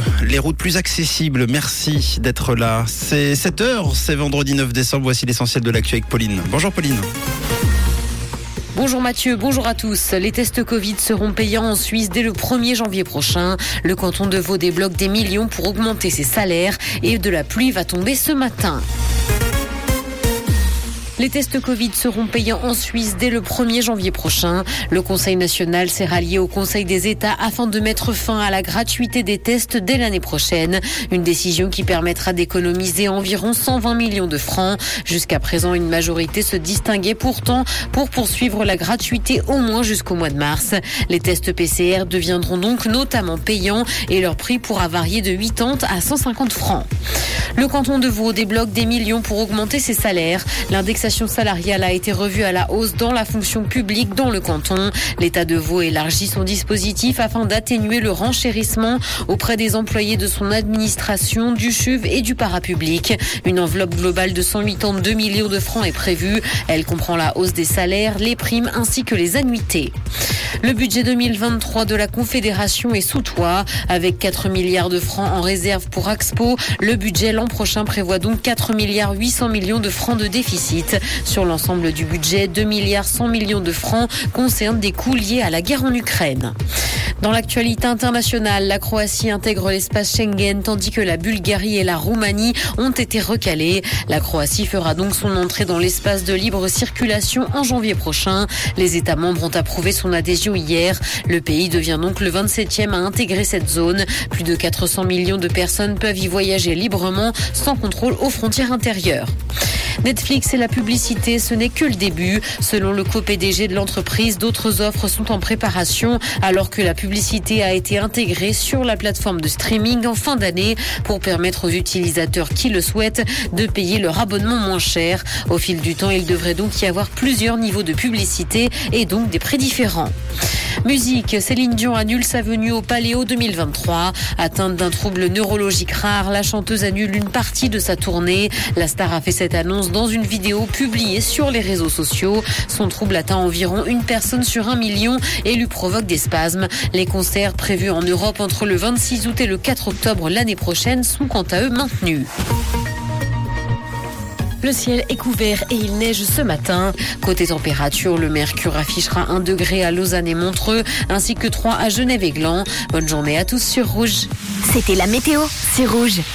les routes plus accessibles. Merci d'être là. C'est 7h, c'est vendredi 9 décembre. Voici l'essentiel de l'actu avec Pauline. Bonjour Pauline. Bonjour Mathieu, bonjour à tous. Les tests Covid seront payants en Suisse dès le 1er janvier prochain. Le canton de Vaud débloque des millions pour augmenter ses salaires et de la pluie va tomber ce matin. Les tests Covid seront payants en Suisse dès le 1er janvier prochain. Le Conseil national s'est rallié au Conseil des États afin de mettre fin à la gratuité des tests dès l'année prochaine. Une décision qui permettra d'économiser environ 120 millions de francs. Jusqu'à présent, une majorité se distinguait pourtant pour poursuivre la gratuité au moins jusqu'au mois de mars. Les tests PCR deviendront donc notamment payants et leur prix pourra varier de 80 à 150 francs. Le canton de Vaud débloque des millions pour augmenter ses salaires. L'indexation salariale a été revue à la hausse dans la fonction publique dans le canton. L'État de Vaud élargit son dispositif afin d'atténuer le renchérissement auprès des employés de son administration, du CHUV et du parapublic. Une enveloppe globale de 182 millions de francs est prévue. Elle comprend la hausse des salaires, les primes ainsi que les annuités. Le budget 2023 de la Confédération est sous toit. Avec 4 milliards de francs en réserve pour Axpo, le budget l'an prochain prévoit donc 4 milliards 800 millions de francs de déficit. Sur l'ensemble du budget, 2 milliards 100 millions de francs concernent des coûts liés à la guerre en Ukraine. Dans l'actualité internationale, la Croatie intègre l'espace Schengen tandis que la Bulgarie et la Roumanie ont été recalées. La Croatie fera donc son entrée dans l'espace de libre circulation en janvier prochain. Les États membres ont approuvé son adhésion hier. Le pays devient donc le 27e à intégrer cette zone. Plus de 400 millions de personnes peuvent y voyager librement sans contrôle aux frontières intérieures. Netflix et la publicité, ce n'est que le début. Selon le co-PDG de l'entreprise, d'autres offres sont en préparation alors que la publicité a été intégrée sur la plateforme de streaming en fin d'année pour permettre aux utilisateurs qui le souhaitent de payer leur abonnement moins cher. Au fil du temps, il devrait donc y avoir plusieurs niveaux de publicité et donc des prix différents. Musique, Céline Dion annule sa venue au Paléo 2023. Atteinte d'un trouble neurologique rare, la chanteuse annule une partie de sa tournée. La star a fait cette annonce dans une vidéo publiée sur les réseaux sociaux. Son trouble atteint environ une personne sur 1 million et lui provoque des spasmes. Les concerts prévus en Europe entre le 26 août et le 4 octobre l'année prochaine sont quant à eux maintenus. Le ciel est couvert et il neige ce matin. Côté température, le mercure affichera 1 degré à Lausanne et Montreux, ainsi que 3 à Genève et Gland. Bonne journée à tous sur Rouge. C'était la météo, c'est Rouge.